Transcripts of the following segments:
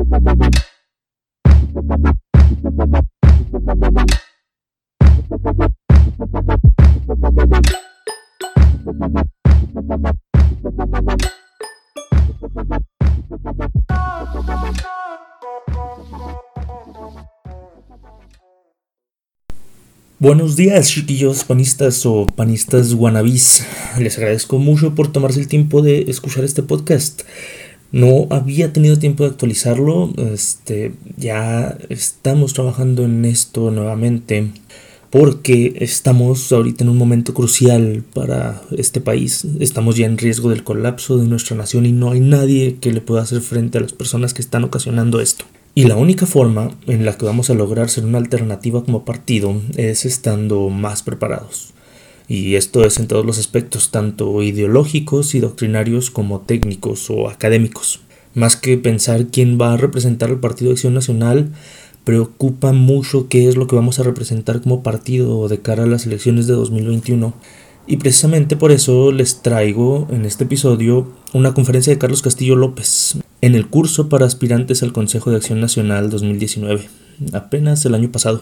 Buenos días, chiquillos panistas o panistas wannabis. Les agradezco mucho por tomarse el tiempo de escuchar este podcast. No había tenido tiempo de actualizarlo. Ya estamos trabajando en esto nuevamente porque estamos ahorita en un momento crucial para este país. Estamos ya en riesgo del colapso de nuestra nación y no hay nadie que le pueda hacer frente a las personas que están ocasionando esto. Y la única forma en la que vamos a lograr ser una alternativa como partido es estando más preparados. Y esto es en todos los aspectos, tanto ideológicos y doctrinarios como técnicos o académicos. Más que pensar quién va a representar al Partido de Acción Nacional, preocupa mucho qué es lo que vamos a representar como partido de cara a las elecciones de 2021. Y precisamente por eso les traigo en este episodio una conferencia de Carlos Castillo López en el curso para aspirantes al Consejo de Acción Nacional 2019, apenas el año pasado.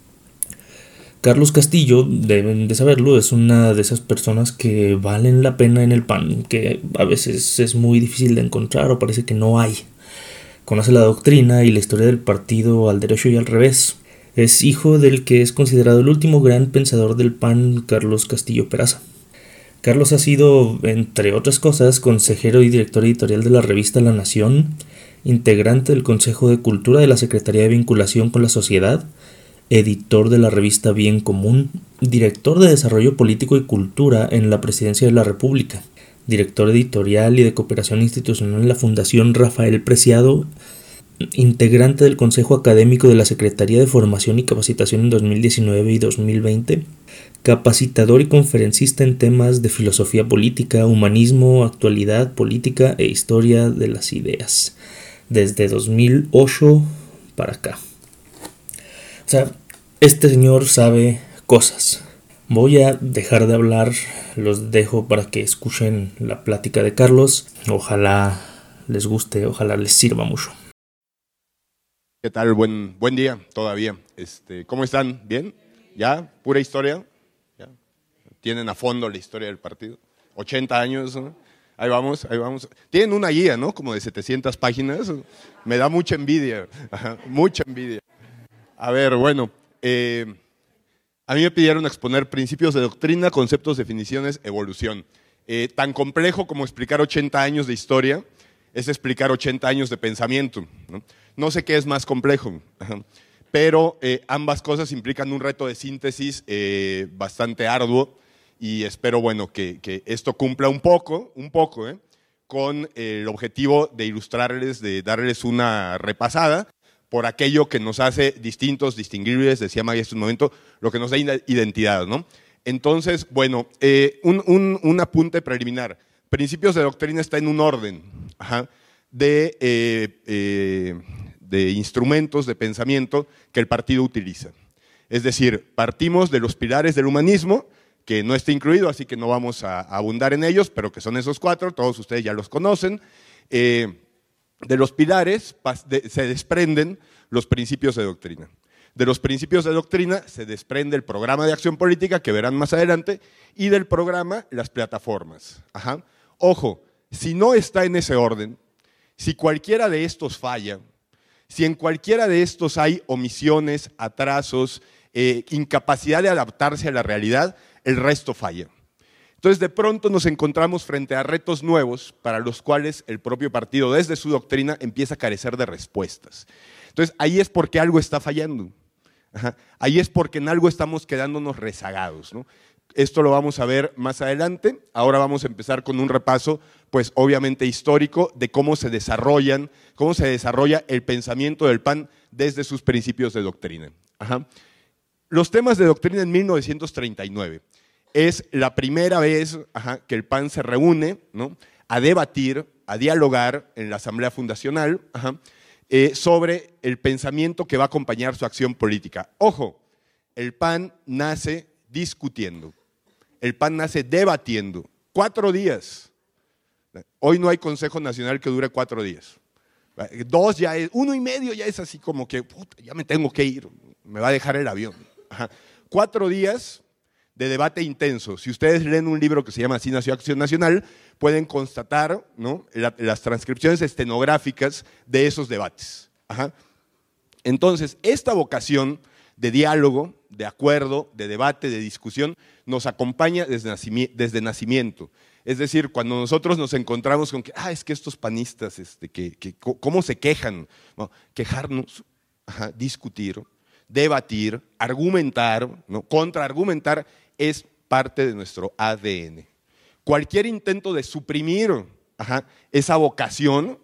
Carlos Castillo, deben de saberlo, es una de esas personas que valen la pena en el PAN, que a veces es muy difícil de encontrar o parece que no hay. Conoce la doctrina y la historia del partido al derecho y al revés. Es hijo del que es considerado el último gran pensador del PAN, Carlos Castillo Peraza. Carlos ha sido, entre otras cosas, consejero y director editorial de la revista La Nación, integrante del Consejo de Cultura de la Secretaría de Vinculación con la Sociedad, editor de la revista Bien Común, director de Desarrollo Político y Cultura en la Presidencia de la República, director editorial y de Cooperación Institucional en la Fundación Rafael Preciado, integrante del Consejo Académico de la Secretaría de Formación y Capacitación en 2019 y 2020, capacitador y conferencista en temas de filosofía política, humanismo, actualidad política e historia de las ideas, desde 2008 para acá. O sea, este señor sabe cosas. Voy a dejar de hablar, los dejo para que escuchen la plática de Carlos. Ojalá les guste, ojalá les sirva mucho. ¿Qué tal? Buen día todavía. ¿Cómo están? ¿Bien? ¿Ya? ¿Pura historia? ¿Ya? ¿Tienen a fondo la historia del partido? 80 años, ¿no? Ahí vamos, ahí vamos. Tienen una guía, ¿no? Como de 700 páginas. Me da mucha envidia, mucha envidia. A ver, bueno, a mí me pidieron exponer principios de doctrina, conceptos, definiciones, evolución. Tan complejo como explicar 80 años de historia es explicar 80 años de pensamiento, ¿no? No sé qué es más complejo, pero ambas cosas implican un reto de síntesis bastante arduo y espero, bueno, que esto cumpla un poco, con el objetivo de ilustrarles, de darles una repasada por aquello que nos hace distintos, distinguibles, decía Maggie hace un momento, lo que nos da identidad, ¿no? Entonces, bueno, un apunte preliminar. Principios de doctrina está en un orden de instrumentos de pensamiento que el partido utiliza. Es decir, partimos de los pilares del humanismo, que no está incluido, así que no vamos a abundar en ellos, pero que son esos cuatro, todos ustedes ya los conocen. De los pilares se desprenden los principios de doctrina. De los principios de doctrina se desprende el programa de acción política, que verán más adelante, y del programa las plataformas. Ojo, si no está en ese orden, si cualquiera de estos falla, si en cualquiera de estos hay omisiones, atrasos, incapacidad de adaptarse a la realidad, el resto falla. Entonces, de pronto nos encontramos frente a retos nuevos para los cuales el propio partido, desde su doctrina, empieza a carecer de respuestas. Entonces, ahí es porque algo está fallando. Ahí es porque en algo estamos quedándonos rezagados, ¿no? Esto lo vamos a ver más adelante. Ahora vamos a empezar con un repaso, pues obviamente histórico, de cómo se desarrolla el pensamiento del PAN desde sus principios de doctrina. Los temas de doctrina en 1939. Es la primera vez que el PAN se reúne, ¿no?, a debatir, a dialogar en la Asamblea Fundacional sobre el pensamiento que va a acompañar su acción política. Ojo, el PAN nace discutiendo. El PAN nace debatiendo. 4 días. Hoy no hay Consejo Nacional que dure 4 días. 2 ya es, 1,5 ya es así como que, puta, ya me tengo que ir, me va a dejar el avión. Ajá. 4 días de debate intenso. Si ustedes leen un libro que se llama Así nació Acción Nacional, pueden constatar, ¿no?, las transcripciones estenográficas de esos debates. Ajá. Entonces, esta vocación de diálogo, de acuerdo, de debate, de discusión, nos acompaña desde nacimiento. Es decir, cuando nosotros nos encontramos con que, es que estos panistas, ¿cómo se quejan? Bueno, quejarnos, discutir, debatir, argumentar, ¿no?, contraargumentar, es parte de nuestro ADN. Cualquier intento de suprimir esa vocación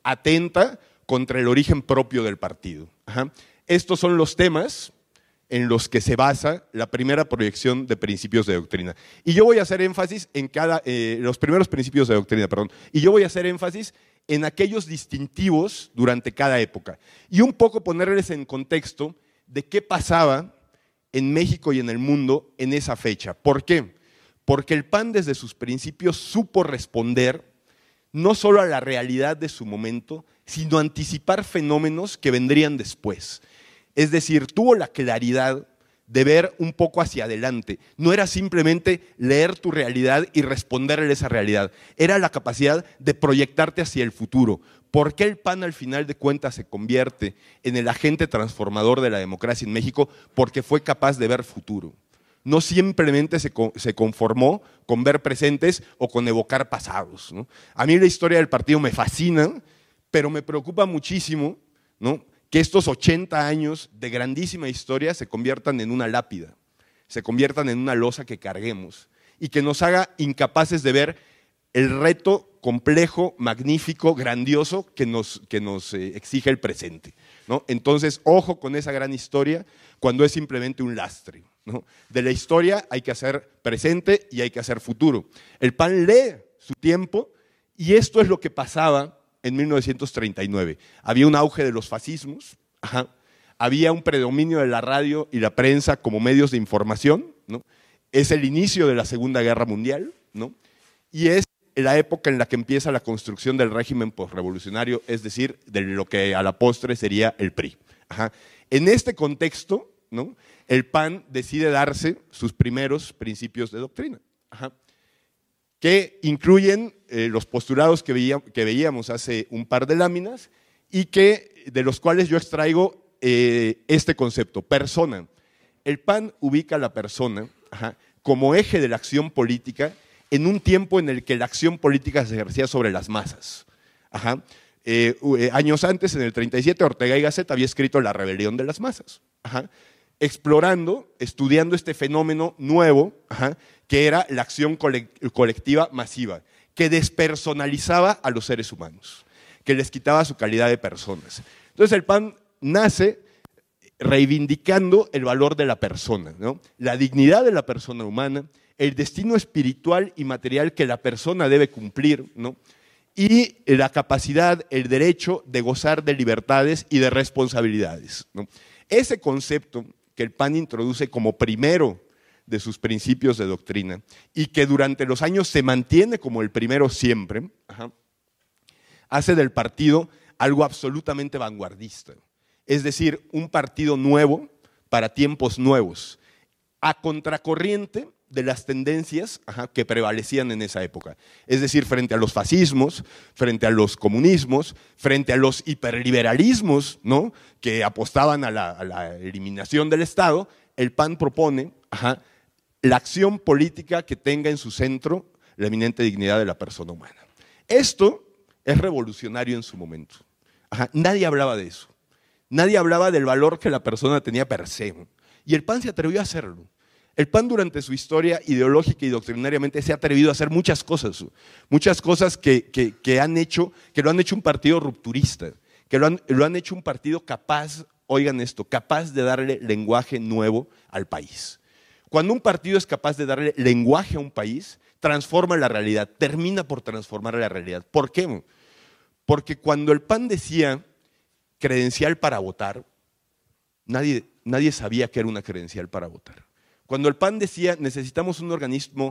atenta contra el origen propio del partido. Estos son los temas en los que se basa la primera proyección de principios de doctrina. Y yo voy a hacer énfasis en los primeros principios de doctrina, y yo voy a hacer énfasis en aquellos distintivos durante cada época. Y un poco ponerles en contexto de qué pasaba en México y en el mundo en esa fecha. ¿Por qué? Porque el PAN desde sus principios supo responder no solo a la realidad de su momento, sino anticipar fenómenos que vendrían después. Es decir, tuvo la claridad de ver un poco hacia adelante. No era simplemente leer tu realidad y responderle a esa realidad. Era la capacidad de proyectarte hacia el futuro. ¿Por qué el PAN al final de cuentas se convierte en el agente transformador de la democracia en México? Porque fue capaz de ver futuro. No simplemente se conformó con ver presentes o con evocar pasados, ¿no? A mí la historia del partido me fascina, pero me preocupa muchísimo, ¿no?, que estos 80 años de grandísima historia se conviertan en una lápida, se conviertan en una losa que carguemos y que nos haga incapaces de ver el reto complejo, magnífico, grandioso que nos exige el presente, ¿no? Entonces, ojo con esa gran historia cuando es simplemente un lastre, ¿no? De la historia hay que hacer presente y hay que hacer futuro. El PAN lee su tiempo y esto es lo que pasaba en 1939. Había un auge de los fascismos, había un predominio de la radio y la prensa como medios de información, ¿no? Es el inicio de la Segunda Guerra Mundial, ¿no?, y es la época en la que empieza la construcción del régimen posrevolucionario, es decir, de lo que a la postre sería el PRI. En este contexto, ¿no?, el PAN decide darse sus primeros principios de doctrina, que incluyen los postulados que veíamos hace un par de láminas y de los cuales yo extraigo este concepto, persona. El PAN ubica a la persona como eje de la acción política en un tiempo en el que la acción política se ejercía sobre las masas. Años antes, en el 37, Ortega y Gasset había escrito La rebelión de las masas, estudiando este fenómeno nuevo, que era la acción colectiva masiva, que despersonalizaba a los seres humanos, que les quitaba su calidad de personas. Entonces el PAN nace reivindicando el valor de la persona, ¿no?, la dignidad de la persona humana, el destino espiritual y material que la persona debe cumplir, ¿no?, y la capacidad, el derecho de gozar de libertades y de responsabilidades, ¿no? Ese concepto que el PAN introduce como primero de sus principios de doctrina y que durante los años se mantiene como el primero siempre, hace del partido algo absolutamente vanguardista. Es decir, un partido nuevo para tiempos nuevos, a contracorriente de las tendencias que prevalecían en esa época. Es decir, frente a los fascismos, frente a los comunismos, frente a los hiperliberalismos, ¿no?, que apostaban a la eliminación del Estado, el PAN propone la acción política que tenga en su centro la eminente dignidad de la persona humana. Esto es revolucionario en su momento. Nadie hablaba de eso. Nadie hablaba del valor que la persona tenía per se. Y el PAN se atrevió a hacerlo. El PAN durante su historia ideológica y doctrinariamente se ha atrevido a hacer muchas cosas que lo han hecho un partido rupturista, que lo han hecho un partido capaz, oigan esto, capaz de darle lenguaje nuevo al país. Cuando un partido es capaz de darle lenguaje a un país, transforma la realidad, termina por transformar la realidad. ¿Por qué? Porque cuando el PAN decía credencial para votar, nadie sabía que era una credencial para votar. Cuando el PAN decía necesitamos un organismo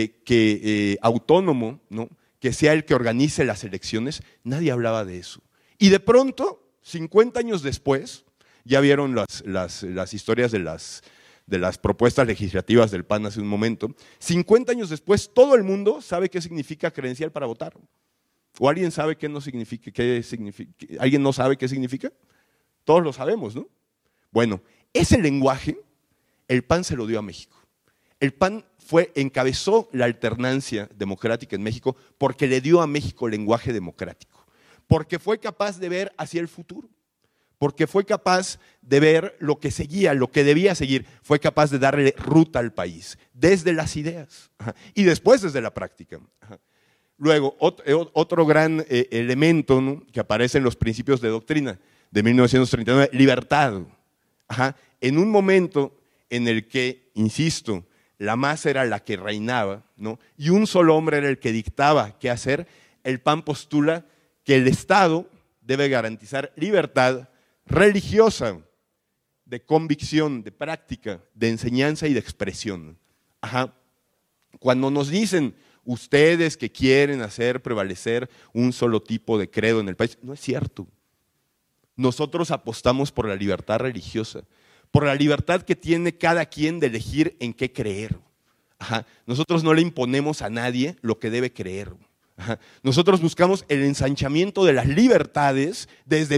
autónomo, ¿no?, que sea el que organice las elecciones, nadie hablaba de eso. Y de pronto, 50 años después, ya vieron las historias de las propuestas legislativas del PAN hace un momento, 50 años después todo el mundo sabe qué significa credencial para votar. ¿O alguien sabe qué no significa, ¿alguien no sabe qué significa? Todos lo sabemos, ¿no? Bueno, ese lenguaje el PAN se lo dio a México. El PAN encabezó la alternancia democrática en México porque le dio a México lenguaje democrático, porque fue capaz de ver hacia el futuro, porque fue capaz de ver lo que seguía, lo que debía seguir, fue capaz de darle ruta al país, desde las ideas y después desde la práctica. Luego, otro gran elemento, ¿no?, que aparece en los principios de doctrina de 1939, libertad. En un momento en el que, insisto, la masa era la que reinaba, ¿no?, y un solo hombre era el que dictaba qué hacer, el PAN postula que el Estado debe garantizar libertad religiosa, de convicción, de práctica, de enseñanza y de expresión. Cuando nos dicen ustedes que quieren hacer prevalecer un solo tipo de credo en el país, no es cierto. Nosotros apostamos por la libertad religiosa, por la libertad que tiene cada quien de elegir en qué creer. Nosotros no le imponemos a nadie lo que debe creer. Nosotros buscamos el ensanchamiento de las libertades desde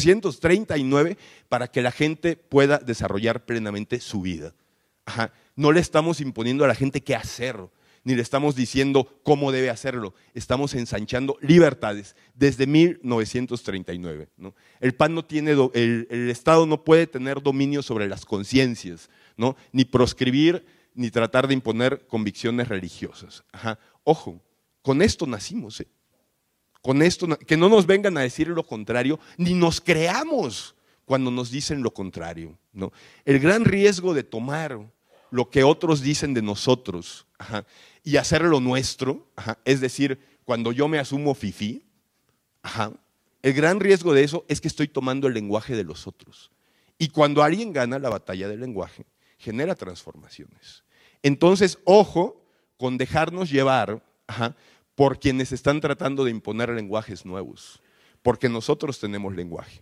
1939 para que la gente pueda desarrollar plenamente su vida. No le estamos imponiendo a la gente qué hacer, ni le estamos diciendo cómo debe hacerlo. Estamos ensanchando libertades desde 1939, ¿no? El PAN no tiene, el Estado no puede tener dominio sobre las conciencias, ¿no?, ni proscribir, ni tratar de imponer convicciones religiosas. Ojo, con esto nacimos, con esto, que no nos vengan a decir lo contrario, ni nos creamos cuando nos dicen lo contrario, ¿no? El gran riesgo de tomar lo que otros dicen de nosotros y hacerlo nuestro, es decir, cuando yo me asumo fifí, el gran riesgo de eso es que estoy tomando el lenguaje de los otros. Y cuando alguien gana la batalla del lenguaje, genera transformaciones. Entonces, ojo con dejarnos llevar por quienes están tratando de imponer lenguajes nuevos, porque nosotros tenemos lenguaje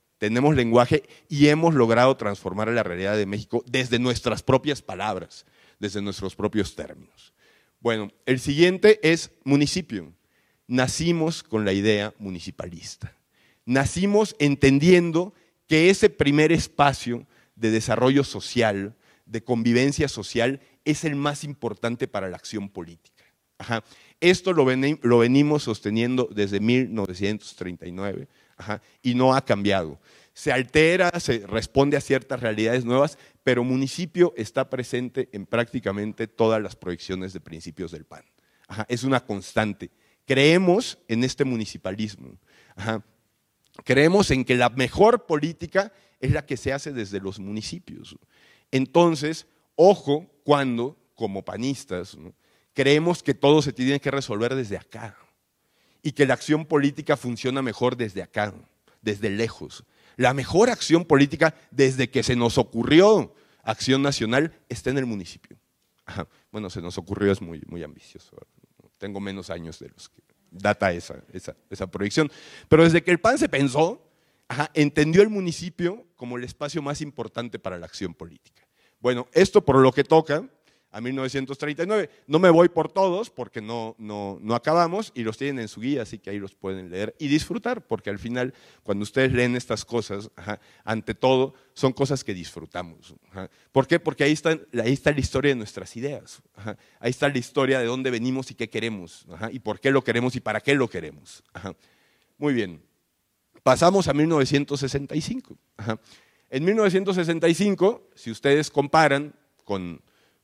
y hemos logrado transformar la realidad de México desde nuestras propias palabras, desde nuestros propios términos. Bueno, el siguiente es municipio. Nacimos con la idea municipalista. Nacimos entendiendo que ese primer espacio de desarrollo social, de convivencia social, es el más importante para la acción política. Esto lo venimos sosteniendo desde 1939 y no ha cambiado. Se altera, se responde a ciertas realidades nuevas, pero municipio está presente en prácticamente todas las proyecciones de principios del PAN. Es una constante. Creemos en este municipalismo. Creemos en que la mejor política es la que se hace desde los municipios. Entonces, ojo cuando, como panistas, ¿no?, creemos que todo se tiene que resolver desde acá y que la acción política funciona mejor desde acá, desde lejos. La mejor acción política desde que se nos ocurrió Acción Nacional está en el municipio. Bueno, se nos ocurrió, es muy, muy ambicioso. Tengo menos años de los que data esa proyección. Pero desde que el PAN se pensó, entendió el municipio como el espacio más importante para la acción política. Bueno, esto por lo que toca a 1939. No me voy por todos porque no acabamos y los tienen en su guía, así que ahí los pueden leer y disfrutar, porque al final cuando ustedes leen estas cosas, ante todo son cosas que disfrutamos. ¿Por qué? Porque ahí está la historia de nuestras ideas, ahí está la historia de dónde venimos y qué queremos, y por qué lo queremos y para qué lo queremos. Muy bien, pasamos a 1965. En 1965, si ustedes comparan con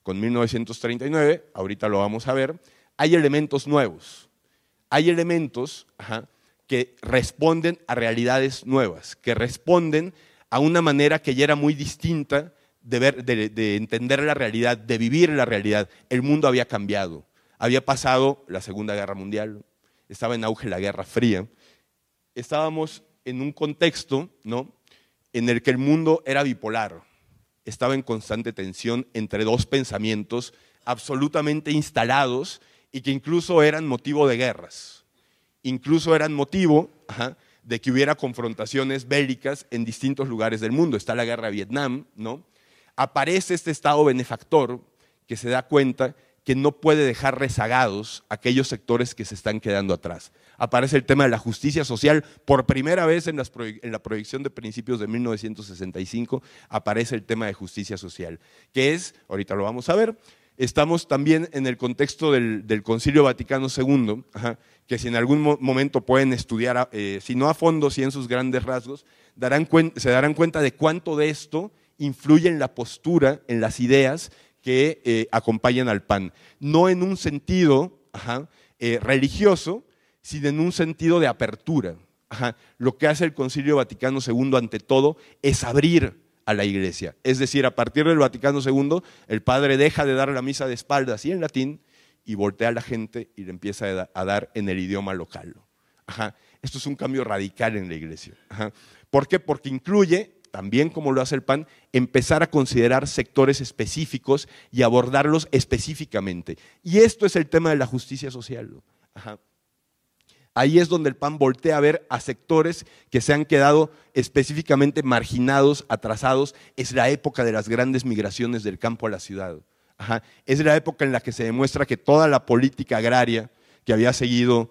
1939, ahorita lo vamos a ver, hay elementos nuevos, hay elementos que responden a realidades nuevas, que responden a una manera que ya era muy distinta de entender la realidad, de vivir la realidad. El mundo había cambiado, había pasado la Segunda Guerra Mundial, estaba en auge la Guerra Fría, estábamos en un contexto, ¿no?, en el que el mundo era bipolar. Estaba en constante tensión entre dos pensamientos absolutamente instalados y que incluso eran motivo de guerras, incluso eran motivo de que hubiera confrontaciones bélicas en distintos lugares del mundo. Está la guerra de Vietnam, ¿no? Aparece este Estado benefactor que se da cuenta que no puede dejar rezagados aquellos sectores que se están quedando atrás. Aparece el tema de la justicia social, por primera vez en la proyección de principios de 1965, aparece el tema de justicia social, que es, ahorita lo vamos a ver, estamos también en el contexto del Concilio Vaticano II, que si en algún momento pueden estudiar, si no a fondo, si en sus grandes rasgos, se darán cuenta de cuánto de esto influye en la postura, en las ideas que acompañan al PAN. No en un sentido religioso, sino en un sentido de apertura. Lo que hace el Concilio Vaticano II ante todo es abrir a la Iglesia. Es decir, a partir del Vaticano II, el padre deja de dar la misa de espaldas y en latín y voltea a la gente y le empieza a dar en el idioma local. Esto es un cambio radical en la Iglesia. ¿Por qué? Porque incluye, también como lo hace el PAN, empezar a considerar sectores específicos y abordarlos específicamente. Y esto es el tema de la justicia social. Ahí es donde el PAN voltea a ver a sectores que se han quedado específicamente marginados, atrasados. Es la época de las grandes migraciones del campo a la ciudad. Es la época en la que se demuestra que toda la política agraria que había seguido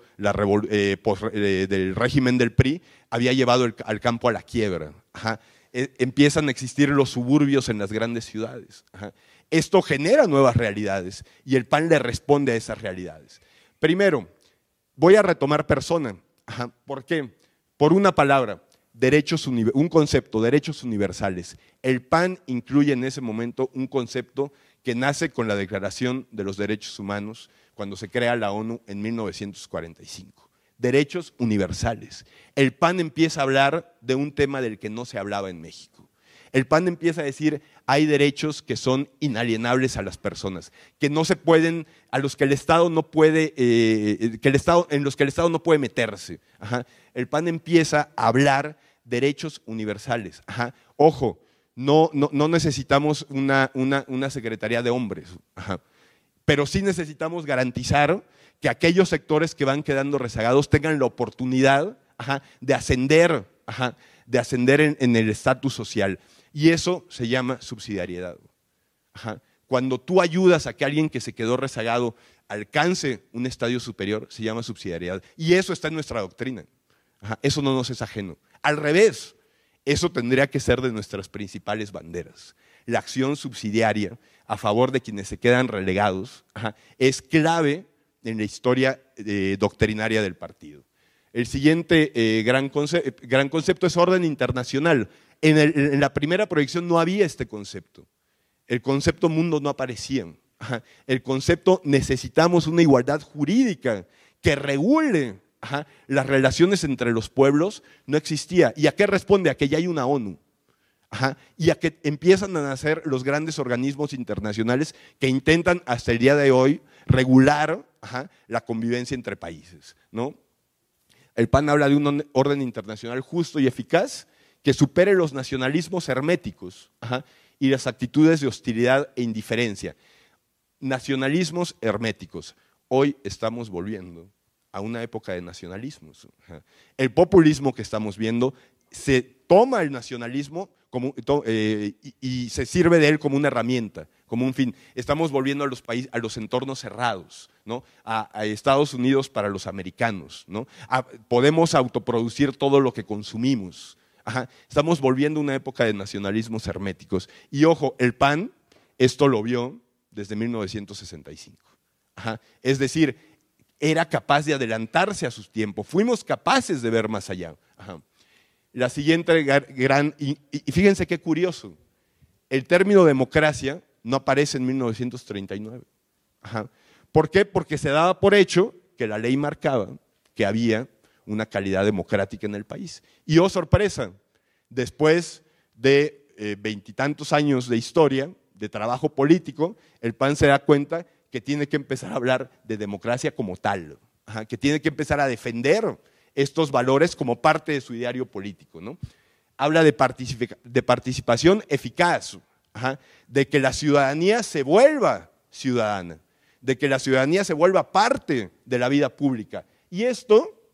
del régimen del PRI había llevado al campo a la quiebra. Empiezan a existir los suburbios en las grandes ciudades. Esto genera nuevas realidades y el PAN le responde a esas realidades. Primero, voy a retomar persona. ¿Por qué? Por una palabra, un concepto, derechos universales. El PAN incluye en ese momento un concepto que nace con la Declaración de los Derechos Humanos cuando se crea la ONU en 1945. Derechos universales. El PAN empieza a hablar de un tema del que no se hablaba en México. El PAN empieza a decir, hay derechos que son inalienables a las personas, que no se pueden, a los que el Estado no puede, en los que el Estado no puede meterse. El PAN empieza a hablar derechos universales. Ojo, no necesitamos una secretaría de hombres, pero sí necesitamos garantizar que aquellos sectores que van quedando rezagados tengan la oportunidad de ascender en el estatus social. Y eso se llama subsidiariedad. Cuando tú ayudas a que alguien que se quedó rezagado alcance un estadio superior, se llama subsidiariedad. Y eso está en nuestra doctrina. Eso no nos es ajeno. Al revés, eso tendría que ser de nuestras principales banderas. La acción subsidiaria a favor de quienes se quedan relegados es clave en la historia doctrinaria del partido. El siguiente gran concepto es orden internacional. En la primera proyección no había este concepto. El concepto mundo no aparecía. El concepto necesitamos una igualdad jurídica que regule las relaciones entre los pueblos, no existía. ¿Y a qué responde? A que ya hay una ONU. Y a que empiezan a nacer los grandes organismos internacionales que intentan hasta el día de hoy regular la convivencia entre países, ¿no? El PAN habla de un orden internacional justo y eficaz que supere los nacionalismos herméticos y las actitudes de hostilidad e indiferencia. Nacionalismos herméticos. Hoy estamos volviendo a una época de nacionalismos. El populismo que estamos viendo se toma el nacionalismo y se sirve de él como una herramienta, como un fin. Estamos volviendo a los entornos cerrados, ¿no? A Estados Unidos para los americanos, ¿no? Podemos autoproducir todo lo que consumimos. Estamos volviendo a una época de nacionalismos herméticos. Y ojo, el PAN esto lo vio desde 1965. Es decir, era capaz de adelantarse a sus tiempos. Fuimos capaces de ver más allá. La siguiente y fíjense qué curioso, el término democracia no aparece en 1939. ¿Por qué? Porque se daba por hecho que la ley marcaba que había una calidad democrática en el país. Y oh sorpresa, después de 20 y tantos años de historia, de trabajo político, el PAN se da cuenta que tiene que empezar a hablar de democracia como tal, que tiene que empezar a defender estos valores como parte de su ideario político, ¿no? Habla de participación eficaz, de que la ciudadanía se vuelva ciudadana, de que la ciudadanía se vuelva parte de la vida pública. Y esto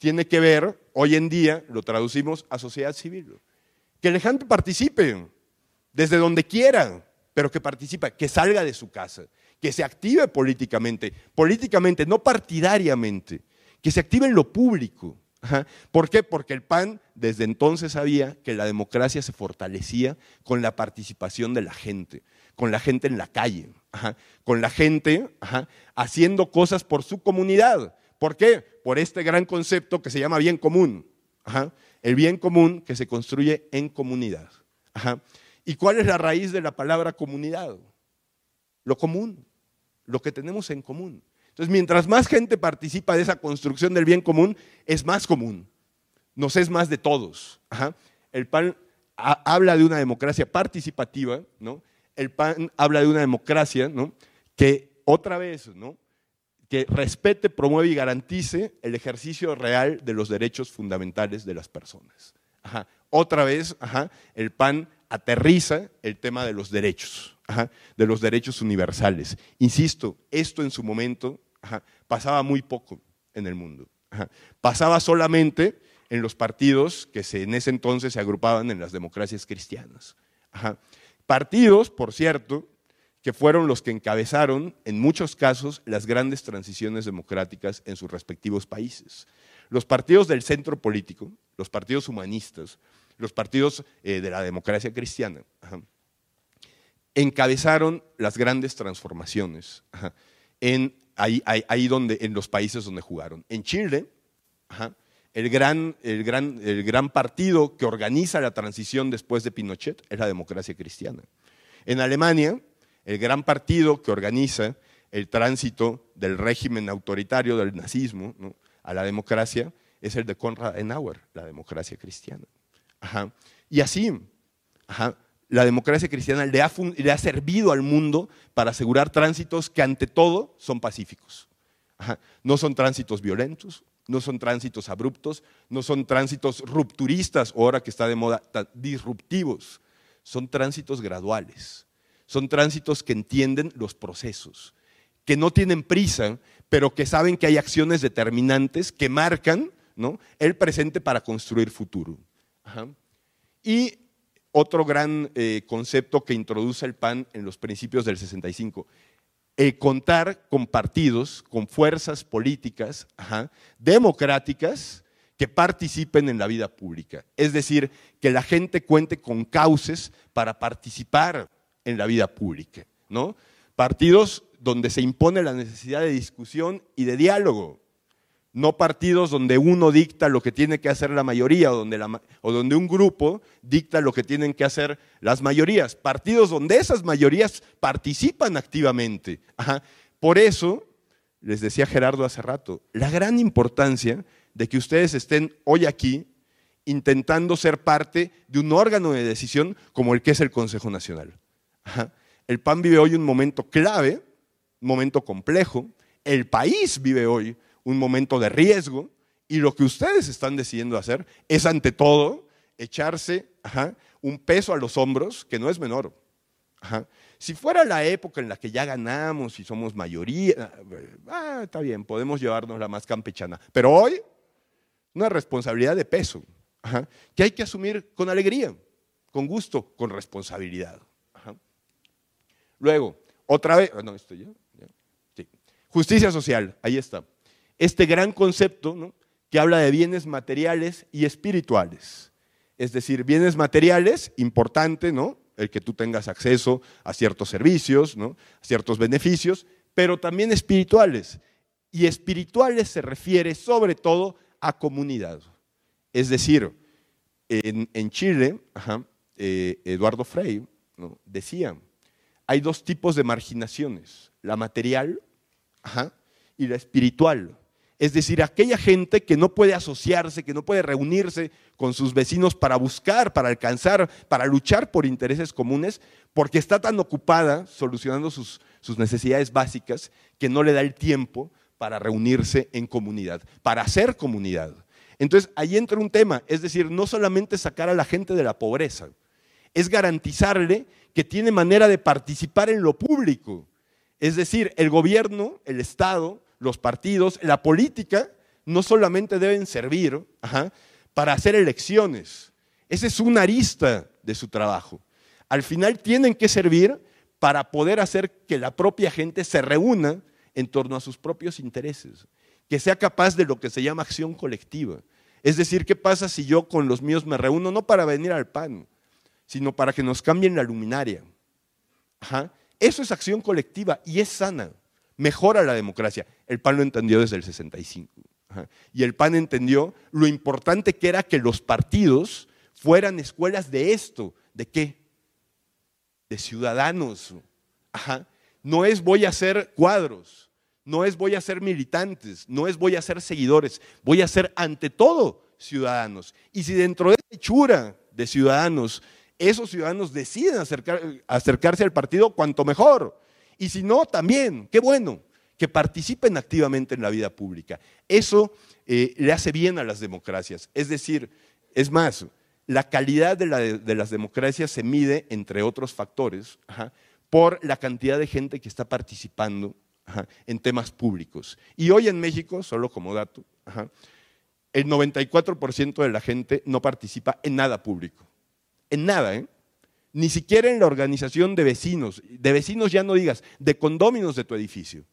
tiene que ver, hoy en día, lo traducimos a sociedad civil. Que la gente participe, desde donde quiera, pero que participe, que salga de su casa, que se active políticamente, no partidariamente, que se active en lo público. Ajá. ¿Por qué? Porque el PAN desde entonces sabía que la democracia se fortalecía con la participación de la gente en la calle, ajá, con la gente, ajá, haciendo cosas por su comunidad. ¿Por qué? Por este gran concepto que se llama bien común. Ajá. El bien común que se construye en comunidad. Ajá. ¿Y cuál es la raíz de la palabra comunidad? Lo común, lo que tenemos en común. Entonces, mientras más gente participa de esa construcción del bien común, es más común, nos es más de todos. Ajá. El PAN habla de una democracia participativa, ¿no? El PAN habla de una democracia, ¿no?, que otra vez, ¿no?, que respete, promueve y garantice el ejercicio real de los derechos fundamentales de las personas. Ajá. Otra vez, ajá, el PAN aterriza el tema de los derechos, ajá, de los derechos universales. Insisto, esto en su momento, ajá, pasaba muy poco en el mundo. Ajá. Pasaba solamente en los partidos que en ese entonces se agrupaban en las democracias cristianas. Ajá. Partidos, por cierto, que fueron los que encabezaron, en muchos casos, las grandes transiciones democráticas en sus respectivos países. Los partidos del centro político, los partidos humanistas, los partidos de la democracia cristiana, ajá, encabezaron las grandes transformaciones, ajá, en los países donde jugaron. En Chile, ajá, el gran partido que organiza la transición después de Pinochet es la democracia cristiana. En Alemania, el gran partido que organiza el tránsito del régimen autoritario del nazismo, ¿no?, a la democracia es el de Konrad Adenauer, la democracia cristiana. Ajá. Y así, ajá, la democracia cristiana le ha servido al mundo para asegurar tránsitos que ante todo son pacíficos. Ajá. No son tránsitos violentos, no son tránsitos abruptos, no son tránsitos rupturistas, o ahora que está de moda, disruptivos. Son tránsitos graduales, son tránsitos que entienden los procesos, que no tienen prisa, pero que saben que hay acciones determinantes que marcan, ¿no?, el presente para construir futuro. Ajá. Y otro gran concepto que introduce el PAN en los principios del 65, contar con partidos, con fuerzas políticas, ajá, democráticas que participen en la vida pública. Es decir, que la gente cuente con cauces para participar en la vida pública, ¿no? Partidos donde se impone la necesidad de discusión y de diálogo, no partidos donde uno dicta lo que tiene que hacer la mayoría o donde un grupo dicta lo que tienen que hacer las mayorías. Partidos donde esas mayorías participan activamente. Ajá. Por eso, les decía Gerardo hace rato, la gran importancia de que ustedes estén hoy aquí intentando ser parte de un órgano de decisión como el que es el Consejo Nacional. Ajá. El PAN vive hoy un momento clave, un momento complejo, el país vive hoy un momento de riesgo, y lo que ustedes están decidiendo hacer es, ante todo, echarse, ajá, un peso a los hombros que no es menor. Ajá. Si fuera la época en la que ya ganamos y somos mayoría, está bien, podemos llevarnos la más campechana, pero hoy una responsabilidad de peso, ajá, que hay que asumir con alegría, con gusto, con responsabilidad. Ajá. Luego, otra vez, no, esto ya, sí. Justicia social, ahí está. Este gran concepto, ¿no?, que habla de bienes materiales y espirituales. Es decir, bienes materiales, importante, ¿no?, el que tú tengas acceso a ciertos servicios, ¿no?, a ciertos beneficios, pero también espirituales. Y espirituales se refiere sobre todo a comunidad. Es decir, en Chile, ajá, Eduardo Frei, ¿no?, decía, hay dos tipos de marginaciones, la material, ajá, y la espiritual. Es decir, aquella gente que no puede asociarse, que no puede reunirse con sus vecinos para buscar, para alcanzar, para luchar por intereses comunes, porque está tan ocupada solucionando sus necesidades básicas que no le da el tiempo para reunirse en comunidad, para hacer comunidad. Entonces, ahí entra un tema, es decir, no solamente sacar a la gente de la pobreza, es garantizarle que tiene manera de participar en lo público. Es decir, el gobierno, el Estado, los partidos, la política, no solamente deben servir para hacer elecciones. Esa es una arista de su trabajo. Al final tienen que servir para poder hacer que la propia gente se reúna en torno a sus propios intereses, que sea capaz de lo que se llama acción colectiva. Es decir, ¿qué pasa si yo con los míos me reúno no para venir al PAN, sino para que nos cambien la luminaria? Eso es acción colectiva y es sana, mejora la democracia. El PAN lo entendió desde el 65. Y el PAN entendió lo importante que era que los partidos fueran escuelas de esto. ¿De qué? De ciudadanos. No es voy a hacer cuadros, no es voy a ser militantes, no es voy a ser seguidores, voy a ser ante todo ciudadanos. Y si dentro de esa hechura de ciudadanos, esos ciudadanos deciden acercarse al partido, cuanto mejor. Y si no, también, qué bueno, que participen activamente en la vida pública. Eso le hace bien a las democracias. Es decir, es más, la calidad de las democracias se mide, entre otros factores, por la cantidad de gente que está participando en temas públicos. Y hoy en México, solo como dato, el 94% de la gente no participa en nada público. En nada, ni siquiera en la organización de vecinos ya no digas, de condóminos de tu edificio.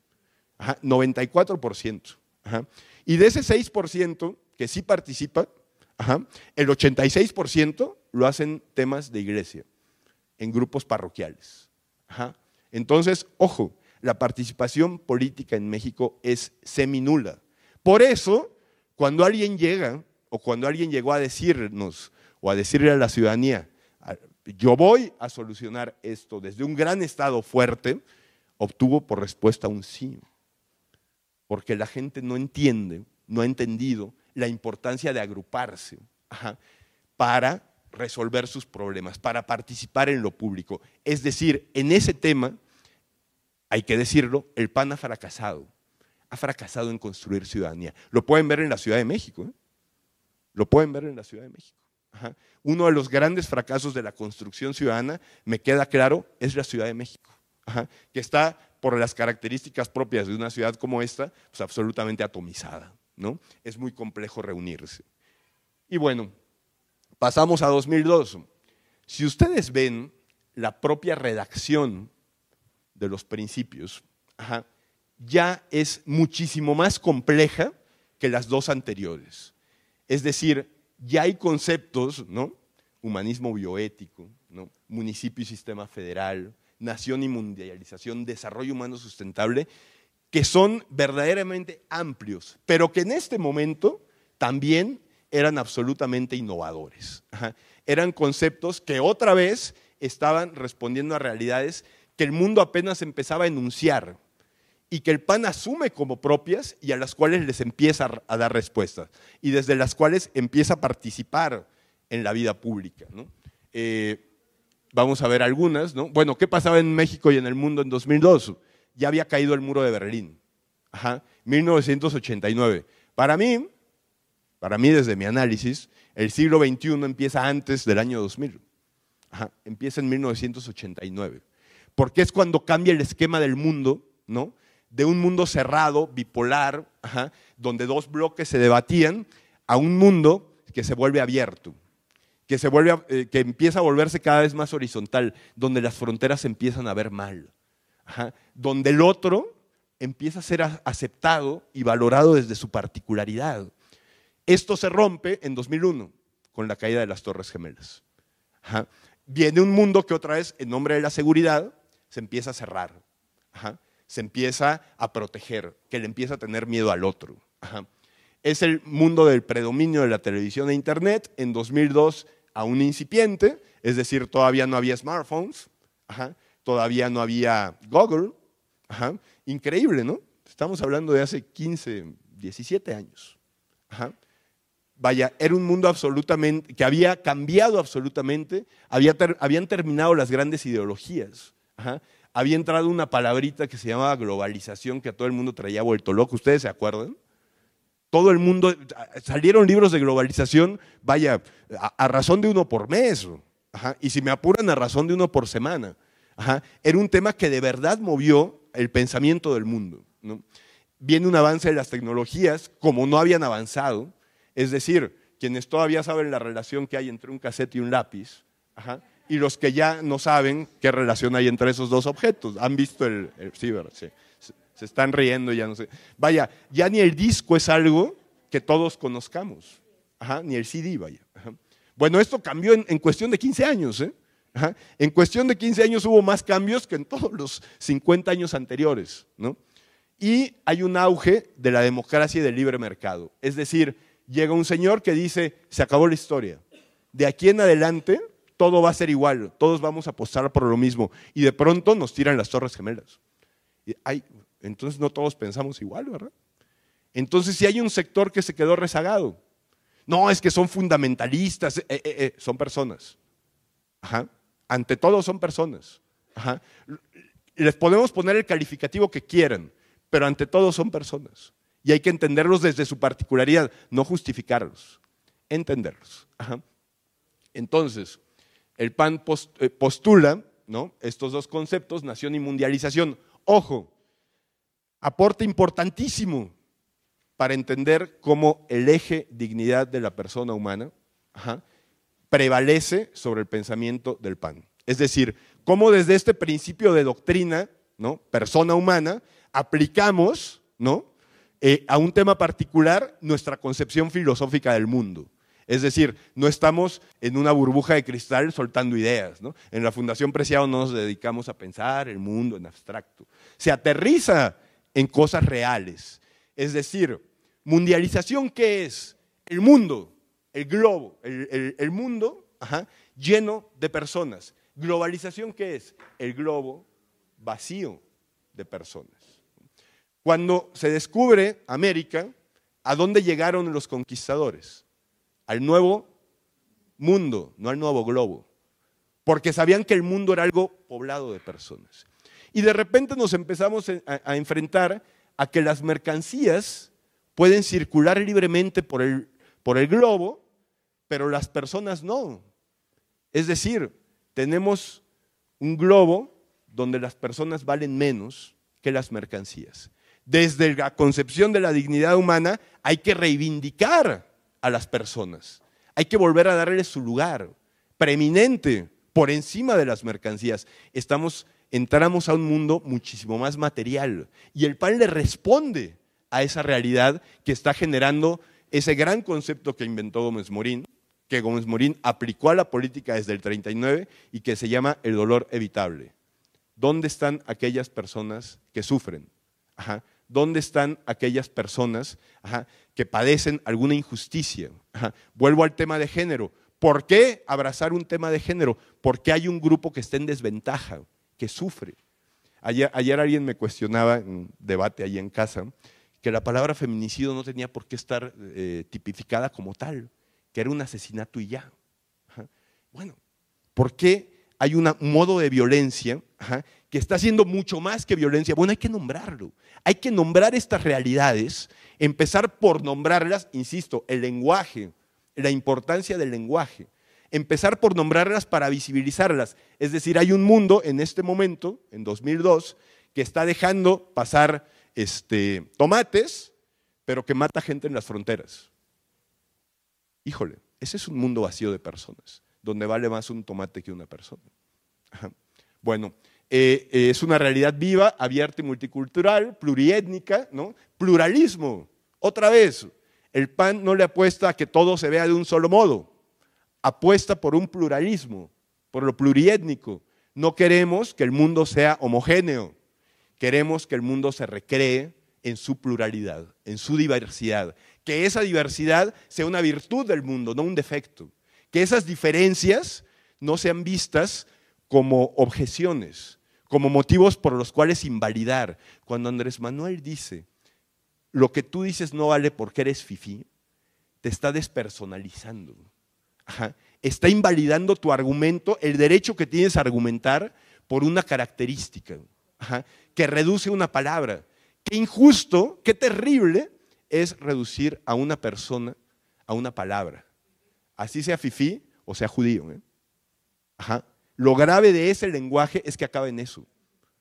94%. Y de ese 6% que sí participa, el 86% lo hacen temas de iglesia, en grupos parroquiales. Entonces, ojo, la participación política en México es seminula. Por eso, cuando alguien llega, o cuando alguien llegó a decirnos, o a decirle a la ciudadanía, yo voy a solucionar esto desde un gran Estado fuerte, obtuvo por respuesta un sí. Porque la gente no entiende, no ha entendido la importancia de agruparse para resolver sus problemas, para participar en lo público. Es decir, en ese tema, hay que decirlo, el PAN ha fracasado en construir ciudadanía. Lo pueden ver en la Ciudad de México, lo pueden ver en la Ciudad de México. Uno de los grandes fracasos de la construcción ciudadana, me queda claro, es la Ciudad de México, que está, por las características propias de una ciudad como esta, pues absolutamente atomizada, ¿no? Es muy complejo reunirse. Y bueno, pasamos a 2002. Si ustedes ven la propia redacción de los principios, ya es muchísimo más compleja que las dos anteriores. Es decir, ya hay conceptos, ¿no? Humanismo bioético, ¿no? Municipio y sistema federal, nación y mundialización, desarrollo humano sustentable, que son verdaderamente amplios, pero que en este momento también eran absolutamente innovadores. Eran conceptos que otra vez estaban respondiendo a realidades que el mundo apenas empezaba a enunciar y que el PAN asume como propias y a las cuales les empieza a dar respuestas y desde las cuales empieza a participar en la vida pública, ¿no? Vamos a ver algunas, ¿no? Bueno, ¿qué pasaba en México y en el mundo en 2002? Ya había caído el muro de Berlín, 1989. Para mí, desde mi análisis, el siglo XXI empieza antes del año 2000, empieza en 1989, porque es cuando cambia el esquema del mundo, ¿no? De un mundo cerrado, bipolar, donde dos bloques se debatían, a un mundo que se vuelve abierto, que empieza a volverse cada vez más horizontal, donde las fronteras se empiezan a ver mal, donde el otro empieza a ser aceptado y valorado desde su particularidad. Esto se rompe en 2001 con la caída de las Torres Gemelas. Viene un mundo que otra vez, en nombre de la seguridad, se empieza a cerrar, se empieza a proteger, que le empieza a tener miedo al otro. Es el mundo del predominio de la televisión e internet, en 2002 aún incipiente, es decir, todavía no había smartphones, todavía no había Google. Increíble, ¿no? Estamos hablando de hace 15, 17 años. Vaya, era un mundo absolutamente, que había cambiado absolutamente, habían terminado las grandes ideologías. Había entrado una palabrita que se llamaba globalización, que a todo el mundo traía vuelto loco. ¿Ustedes se acuerdan? Todo el mundo, salieron libros de globalización, vaya, a razón de uno por mes, y si me apuran, a razón de uno por semana. Era un tema que de verdad movió el pensamiento del mundo, ¿no? viene un avance de las tecnologías como no habían avanzado, es decir, quienes todavía saben la relación que hay entre un cassette y un lápiz, y los que ya no saben qué relación hay entre esos dos objetos. ¿Han visto sí, ¿verdad? Sí. Se están riendo, ya no sé. Vaya, ya ni el disco es algo que todos conozcamos, ni el CD, vaya. Bueno, esto cambió en cuestión de 15 años, ¿eh? En cuestión de 15 años hubo más cambios que en todos los 50 años anteriores, ¿no? Y hay un auge de la democracia y del libre mercado. Es decir, llega un señor que dice, se acabó la historia. De aquí en adelante todo va a ser igual, todos vamos a apostar por lo mismo. Y de pronto nos tiran las Torres Gemelas. Entonces no todos pensamos igual, ¿verdad? Entonces si hay un sector que se quedó rezagado. No, es que son fundamentalistas, son personas. Ante todo son personas. Les podemos poner el calificativo que quieran, pero ante todo son personas. Y hay que entenderlos desde su particularidad, no justificarlos, entenderlos. Entonces, el PAN postula, ¿no?, estos dos conceptos, nación y mundialización. Ojo, aporte importantísimo para entender cómo el eje dignidad de la persona humana prevalece sobre el pensamiento del PAN. Es decir, cómo desde este principio de doctrina, ¿no?, persona humana, aplicamos, ¿no?, a un tema particular nuestra concepción filosófica del mundo. Es decir, no estamos en una burbuja de cristal soltando ideas, ¿no? En la Fundación Preciado no nos dedicamos a pensar el mundo en abstracto. Se aterriza en cosas reales. Es decir, mundialización, ¿qué es? El mundo, el globo, el mundo lleno de personas. Globalización, ¿qué es? El globo vacío de personas. Cuando se descubre América, ¿a dónde llegaron los conquistadores? Al nuevo mundo, no al nuevo globo, porque sabían que el mundo era algo poblado de personas. Y de repente nos empezamos a enfrentar a que las mercancías pueden circular libremente por el globo, pero las personas no. Es decir, tenemos un globo donde las personas valen menos que las mercancías. Desde la concepción de la dignidad humana hay que reivindicar a las personas, hay que volver a darles su lugar preeminente por encima de las mercancías. Entramos a un mundo muchísimo más material y el PAN le responde a esa realidad que está generando ese gran concepto que inventó Gómez Morín, que Gómez Morín aplicó a la política desde el 39 y que se llama el dolor evitable. ¿Dónde están aquellas personas que sufren? ¿Dónde están aquellas personas que padecen alguna injusticia? Vuelvo al tema de género. ¿Por qué abrazar un tema de género? Porque hay un grupo que está en desventaja, que sufre. Ayer alguien me cuestionaba en un debate ahí en casa que la palabra feminicidio no tenía por qué estar tipificada como tal, que era un asesinato y ya. Bueno, ¿por qué hay un modo de violencia que está haciendo mucho más que violencia? Bueno, hay que nombrarlo, hay que nombrar estas realidades, empezar por nombrarlas, insisto, el lenguaje, la importancia del lenguaje, empezar por nombrarlas para visibilizarlas. Es decir, hay un mundo en este momento, en 2002, que está dejando pasar tomates, pero que mata gente en las fronteras. Híjole, ese es un mundo vacío de personas, donde vale más un tomate que una persona. Bueno, es una realidad viva, abierta y multicultural, pluriétnica, ¿no? Pluralismo. Otra vez, el PAN no le apuesta a que todo se vea de un solo modo, apuesta por un pluralismo, por lo pluriétnico. No queremos que el mundo sea homogéneo, queremos que el mundo se recree en su pluralidad, en su diversidad, que esa diversidad sea una virtud del mundo, no un defecto, que esas diferencias no sean vistas como objeciones, como motivos por los cuales invalidar. Cuando Andrés Manuel dice, lo que tú dices no vale porque eres fifí, te está despersonalizando. Está invalidando tu argumento, el derecho que tienes a argumentar por una característica, que reduce una palabra. Qué injusto, qué terrible es reducir a una persona a una palabra, así sea fifí o sea judío. Lo grave de ese lenguaje es que acaba en eso.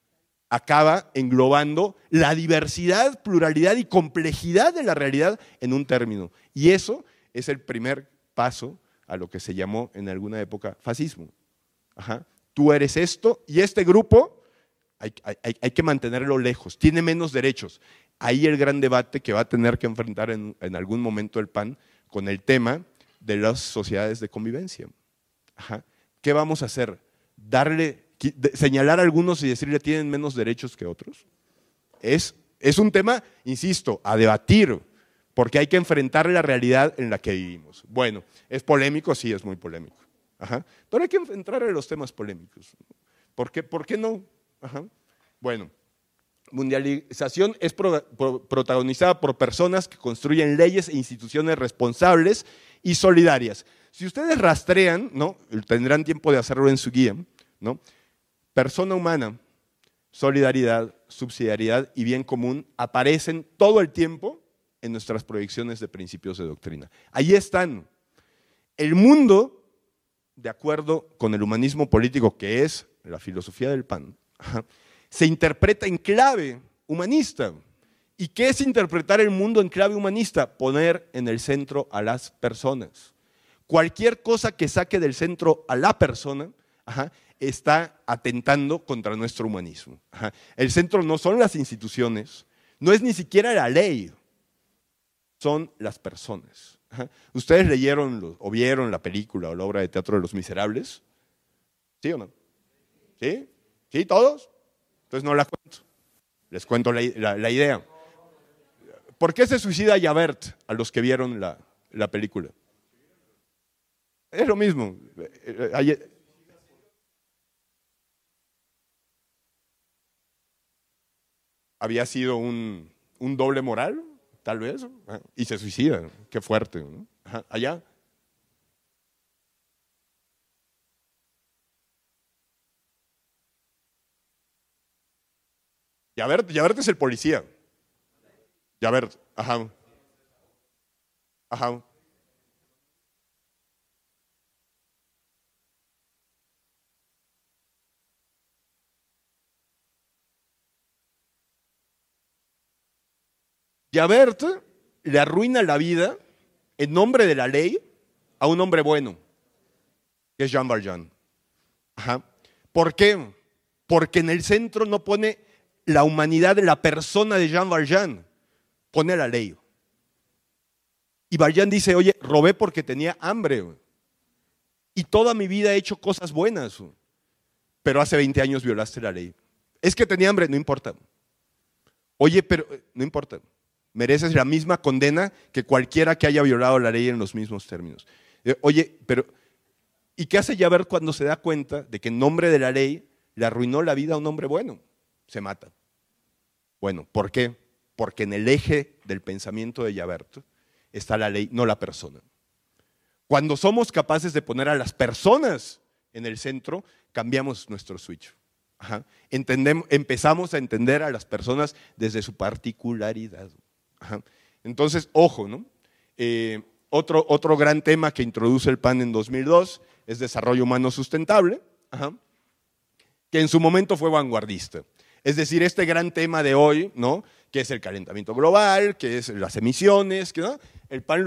acaba englobando la diversidad, pluralidad y complejidad de la realidad en un término. Y eso es el primer paso a lo que se llamó en alguna época fascismo. Ajá. Tú eres esto y este grupo hay que mantenerlo lejos, tiene menos derechos. Ahí el gran debate que va a tener que enfrentar en algún momento el PAN con el tema de las sociedades de convivencia. Ajá. ¿Qué vamos a hacer? ¿Señalar a algunos y decirle tienen menos derechos que otros? Es un tema, insisto, a debatir, porque hay que enfrentar la realidad en la que vivimos. Bueno, ¿es polémico? Sí, es muy polémico. Ajá. Pero hay que enfrentar los temas polémicos. ¿Por qué no? Ajá. Bueno, mundialización es protagonizada por personas que construyen leyes e instituciones responsables y solidarias. Si ustedes rastrean, ¿no? Tendrán tiempo de hacerlo en su guía, ¿no? Persona humana, solidaridad, subsidiariedad y bien común aparecen todo el tiempo en nuestras proyecciones de principios de doctrina. Ahí están. El mundo, de acuerdo con el humanismo político, que es la filosofía del PAN, se interpreta en clave humanista. ¿Y qué es interpretar el mundo en clave humanista? Poner en el centro a las personas. Cualquier cosa que saque del centro a la persona, está atentando contra nuestro humanismo. El centro no son las instituciones, no es ni siquiera la ley, son las personas. ¿Ustedes leyeron o vieron la película o la obra de teatro de Los Miserables? ¿Sí o no? ¿Sí? ¿Sí todos? Entonces no la cuento. Les cuento la idea. ¿Por qué se suicida Javert a los que vieron la película? Es lo mismo. Había sido un doble moral, tal vez, y se suicida. Qué fuerte, ¿no? Allá. Javert es el policía. Javert, ajá. Ajá. Javert le arruina la vida en nombre de la ley a un hombre bueno, que es Jean Valjean. Ajá. ¿Por qué? Porque en el centro no pone la humanidad de la persona de Jean Valjean, pone la ley. Y Valjean dice, oye, robé porque tenía hambre. Y toda mi vida he hecho cosas buenas, pero hace 20 años violaste la ley. Es que tenía hambre, no importa. Oye, pero no importa. Mereces la misma condena que cualquiera que haya violado la ley en los mismos términos. Oye, pero ¿y qué hace Javert cuando se da cuenta de que en nombre de la ley le arruinó la vida a un hombre bueno? Se mata. Bueno, ¿por qué? Porque en el eje del pensamiento de Javert está la ley, no la persona. Cuando somos capaces de poner a las personas en el centro, cambiamos nuestro switch. Empezamos a entender a las personas desde su particularidad. Entonces, ojo, ¿no? Otro gran tema que introduce el PAN en 2002 es desarrollo humano sustentable, que en su momento fue vanguardista. Es decir, este gran tema de hoy, ¿no? Que es el calentamiento global, que es las emisiones, ¿no? El PAN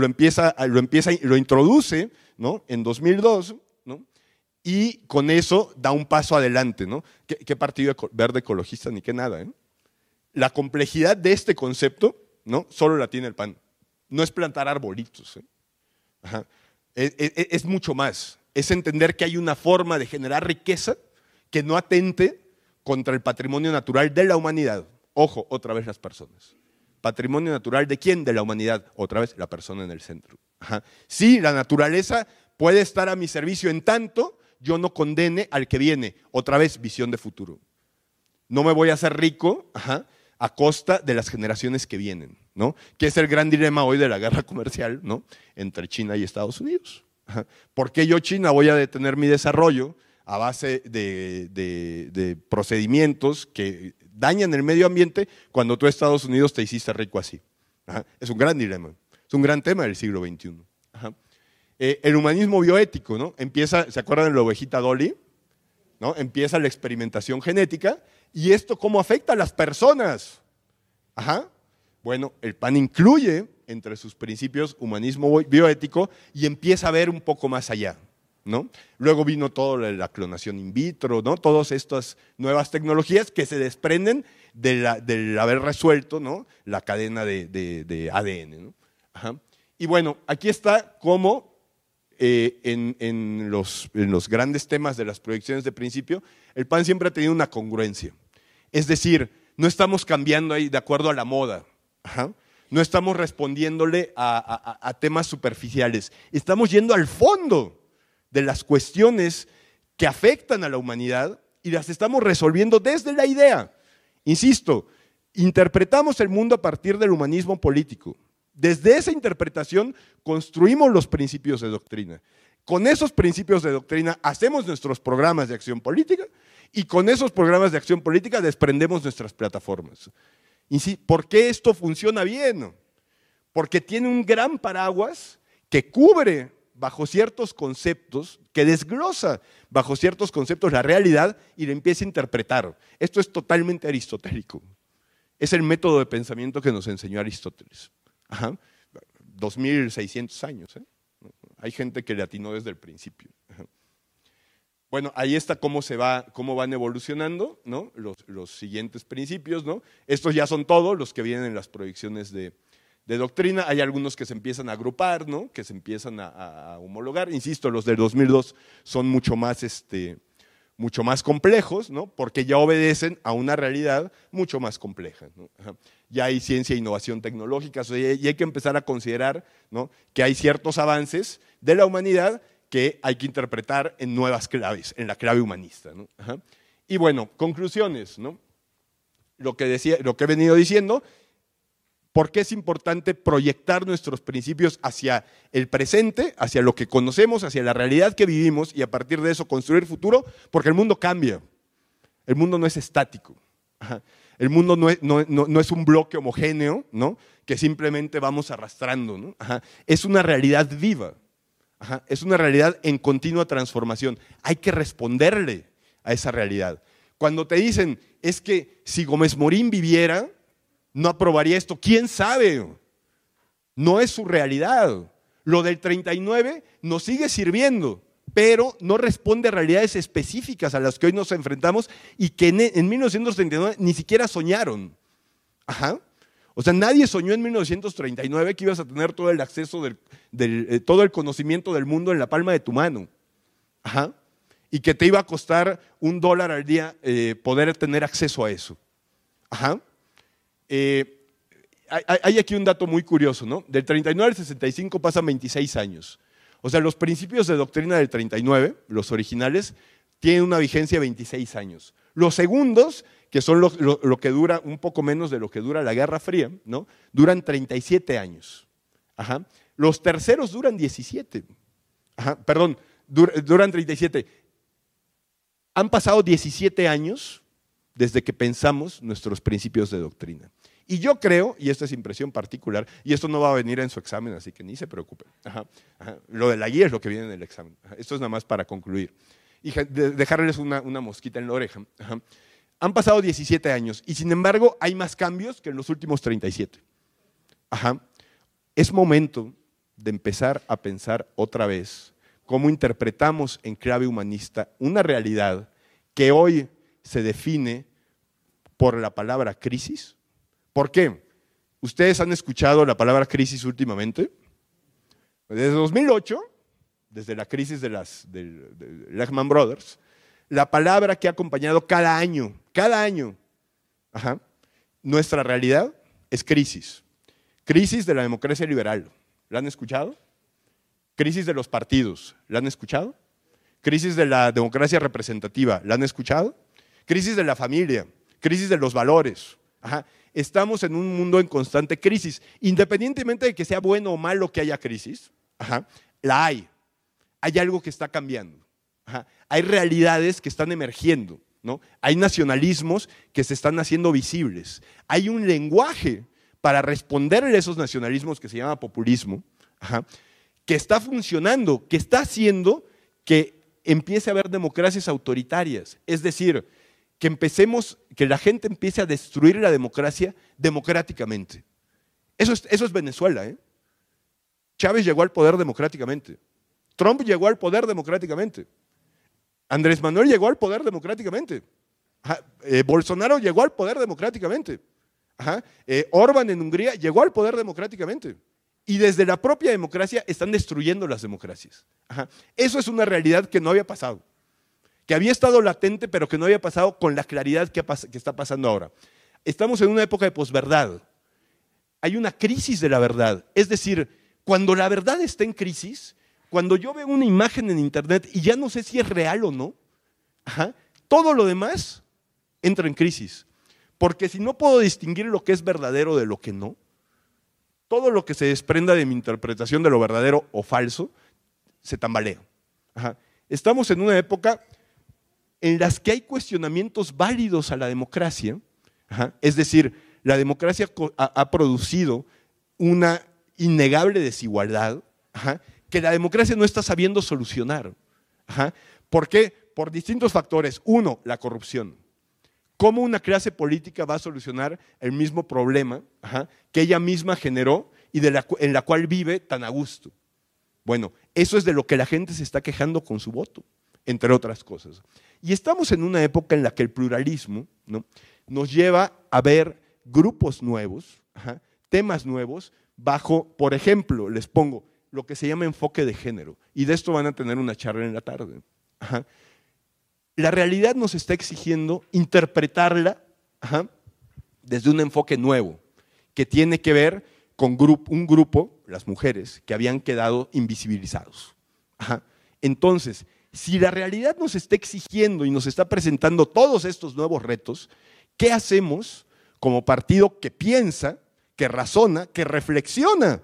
lo introduce, ¿no? En 2002, ¿no? Y con eso da un paso adelante, ¿no? ¿Qué partido verde ecologista ni qué nada, ¿eh? La complejidad de este concepto, ¿no? Solo la tiene el PAN. No es plantar arbolitos, ¿eh? Es mucho más. Es entender que hay una forma de generar riqueza que no atente contra el patrimonio natural de la humanidad. Ojo, otra vez las personas. ¿Patrimonio natural de quién? De la humanidad. Otra vez la persona en el centro. Sí, la naturaleza puede estar a mi servicio en tanto yo no condene al que viene. Otra vez, visión de futuro. No me voy a hacer rico a costa de las generaciones que vienen, ¿no? Que es el gran dilema hoy de la guerra comercial, ¿no? Entre China y Estados Unidos. ¿Por qué yo, China, voy a detener mi desarrollo a base de procedimientos que dañan el medio ambiente cuando tú, Estados Unidos, te hiciste rico así? Es un gran dilema, es un gran tema del siglo XXI. El humanismo bioético, ¿no? Empieza, ¿se acuerdan de la ovejita Dolly? ¿No? Empieza la experimentación genética ¿Y esto cómo afecta a las personas? Ajá. Bueno, el PAN incluye entre sus principios humanismo bioético y empieza a ver un poco más allá, ¿no? Luego vino toda la clonación in vitro, ¿no? Todas estas nuevas tecnologías que se desprenden del haber resuelto, ¿no?, la cadena de ADN, ¿no? Ajá. Y bueno, aquí está cómo en los grandes temas de las proyecciones de principio, el PAN siempre ha tenido una congruencia. Es decir, no estamos cambiando ahí de acuerdo a la moda. Ajá. No estamos respondiéndole a temas superficiales. Estamos yendo al fondo de las cuestiones que afectan a la humanidad y las estamos resolviendo desde la idea. Insisto, interpretamos el mundo a partir del humanismo político. Desde esa interpretación construimos los principios de doctrina. Con esos principios de doctrina hacemos nuestros programas de acción política y con esos programas de acción política desprendemos nuestras plataformas. ¿Por qué esto funciona bien? Porque tiene un gran paraguas que cubre bajo ciertos conceptos, que desglosa bajo ciertos conceptos la realidad y la empieza a interpretar. Esto es totalmente aristotélico. Es el método de pensamiento que nos enseñó Aristóteles. Ajá. 2600 años. Hay gente que le atinó desde el principio. Ajá. Bueno, ahí está cómo van evolucionando, ¿no?, los siguientes principios, ¿no? Estos ya son todos los que vienen en las proyecciones de doctrina. Hay algunos que se empiezan a agrupar, ¿no?, que se empiezan a homologar. Insisto, los del 2002 son mucho más complejos, ¿no?, porque ya obedecen a una realidad mucho más compleja, ¿no? Ya hay ciencia e innovación tecnológica, o sea, y hay que empezar a considerar, ¿no?, que hay ciertos avances de la humanidad que hay que interpretar en nuevas claves, en la clave humanista, ¿no? Ajá. Y bueno, conclusiones, ¿no? Lo que he venido diciendo, ¿por qué es importante proyectar nuestros principios hacia el presente, hacia lo que conocemos, hacia la realidad que vivimos y a partir de eso construir futuro? Porque el mundo cambia, el mundo no es estático. Ajá. El mundo no es un bloque homogéneo, ¿no?, que simplemente vamos arrastrando, ¿no? Ajá. Es una realidad viva. Ajá, es una realidad en continua transformación. Hay que responderle a esa realidad. Cuando te dicen, es que si Gómez Morín viviera, no aprobaría esto, ¿quién sabe? No es su realidad. Lo del 39 nos sigue sirviendo, pero no responde a realidades específicas a las que hoy nos enfrentamos y que en 1939 ni siquiera soñaron. Ajá. O sea, nadie soñó en 1939 que ibas a tener todo el acceso, todo el conocimiento del mundo en la palma de tu mano. Ajá. Y que te iba a costar $1 al día poder tener acceso a eso. Ajá. Hay aquí un dato muy curioso, ¿no? Del 39 al 65 pasan 26 años. O sea, los principios de doctrina del 39, los originales, tienen una vigencia de 26 años. Los segundos, que son lo que dura un poco menos de lo que dura la Guerra Fría, ¿no?, duran 37 años. Ajá. Los terceros duran 17. Ajá. Perdón, duran 37. Han pasado 17 años desde que pensamos nuestros principios de doctrina. Y yo creo, y esta es impresión particular, y esto no va a venir en su examen, así que ni se preocupen. Ajá. Ajá. Lo de la guía es lo que viene en el examen. Ajá. Esto es nada más para concluir. Y dejarles una mosquita en la oreja. Ajá. Han pasado 17 años y sin embargo hay más cambios que en los últimos 37. Ajá. Es momento de empezar a pensar otra vez cómo interpretamos en clave humanista una realidad que hoy se define por la palabra crisis. ¿Por qué? ¿Ustedes han escuchado la palabra crisis últimamente? Desde 2008, desde la crisis de Lehman Brothers, la palabra que ha acompañado cada año, ajá, nuestra realidad es crisis. Crisis de la democracia liberal, ¿la han escuchado? Crisis de los partidos, ¿la han escuchado? Crisis de la democracia representativa, ¿la han escuchado? Crisis de la familia, crisis de los valores. Ajá. Estamos en un mundo en constante crisis. Independientemente de que sea bueno o malo que haya crisis, ajá, la hay. Hay algo que está cambiando. Ajá. Hay realidades que están emergiendo, ¿no? Hay nacionalismos que se están haciendo visibles. Hay un lenguaje para responderle a esos nacionalismos que se llama populismo, ajá, que está funcionando, que está haciendo que empiece a haber democracias autoritarias. Es decir, que la gente empiece a destruir la democracia democráticamente. Eso es Venezuela, ¿eh? Chávez llegó al poder democráticamente. Trump llegó al poder democráticamente. Andrés Manuel llegó al poder democráticamente. Bolsonaro llegó al poder democráticamente. Orbán en Hungría llegó al poder democráticamente. Y desde la propia democracia están destruyendo las democracias. Eso es una realidad que no había pasado, que había estado latente, pero que no había pasado con la claridad que está pasando ahora. Estamos en una época de posverdad. Hay una crisis de la verdad. Es decir, cuando la verdad está en crisis, cuando yo veo una imagen en internet y ya no sé si es real o no, todo lo demás entra en crisis. Porque si no puedo distinguir lo que es verdadero de lo que no, todo lo que se desprenda de mi interpretación de lo verdadero o falso, se tambalea. Estamos en una época en la que hay cuestionamientos válidos a la democracia, es decir, la democracia ha producido una innegable desigualdad que la democracia no está sabiendo solucionar. ¿Por qué? Por distintos factores. Uno, la corrupción. ¿Cómo una clase política va a solucionar el mismo problema que ella misma generó y en la cual vive tan a gusto? Bueno, eso es de lo que la gente se está quejando con su voto, entre otras cosas. Y estamos en una época en la que el pluralismo, ¿no?, nos lleva a ver grupos nuevos, temas nuevos, bajo, por ejemplo, les pongo lo que se llama enfoque de género, y de esto van a tener una charla en la tarde. La realidad nos está exigiendo interpretarla desde un enfoque nuevo, que tiene que ver con un grupo, las mujeres, que habían quedado invisibilizados. Entonces, si la realidad nos está exigiendo y nos está presentando todos estos nuevos retos, ¿qué hacemos como partido que piensa, que razona, que reflexiona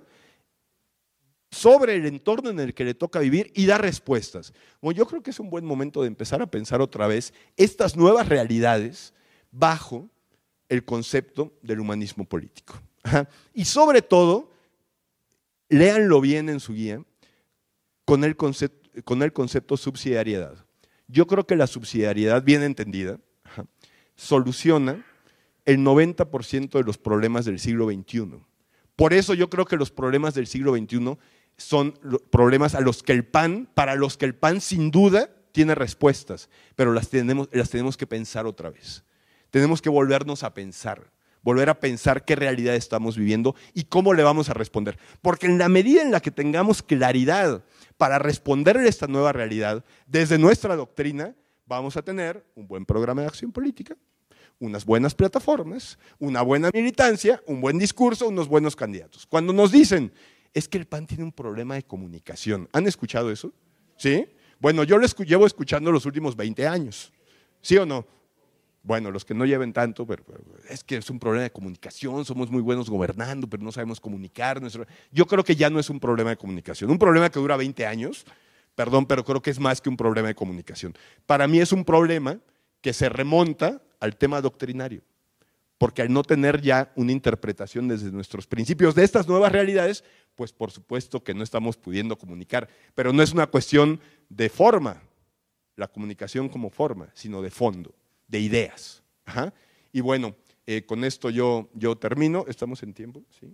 sobre el entorno en el que le toca vivir y da respuestas? Bueno, yo creo que es un buen momento de empezar a pensar otra vez estas nuevas realidades bajo el concepto del humanismo político. Y sobre todo, léanlo bien en su guía, con el concepto subsidiariedad. Yo creo que la subsidiariedad, bien entendida, soluciona el 90% de los problemas del siglo XXI. Por eso yo creo que los problemas del siglo XXI son problemas para los que el PAN sin duda tiene respuestas, pero las tenemos que pensar otra vez. Tenemos que volvernos a pensar, volver a pensar qué realidad estamos viviendo y cómo le vamos a responder. Porque en la medida en la que tengamos claridad para responderle a esta nueva realidad, desde nuestra doctrina, vamos a tener un buen programa de acción política, unas buenas plataformas, una buena militancia, un buen discurso, unos buenos candidatos. Cuando nos dicen, es que el PAN tiene un problema de comunicación, ¿han escuchado eso? ¿Sí? Bueno, yo lo llevo escuchando los últimos 20 años, ¿sí o no? Bueno, los que no lleven tanto, pero es que es un problema de comunicación, somos muy buenos gobernando, pero no sabemos comunicar. Yo creo que ya no es un problema de comunicación, un problema que dura 20 años, perdón, pero creo que es más que un problema de comunicación. Para mí es un problema que se remonta al tema doctrinario, porque al no tener ya una interpretación desde nuestros principios de estas nuevas realidades, pues por supuesto que no estamos pudiendo comunicar, pero no es una cuestión de forma, la comunicación como forma, sino de fondo, de ideas. Y bueno, con esto yo termino. ¿Estamos en tiempo? ¿Sí?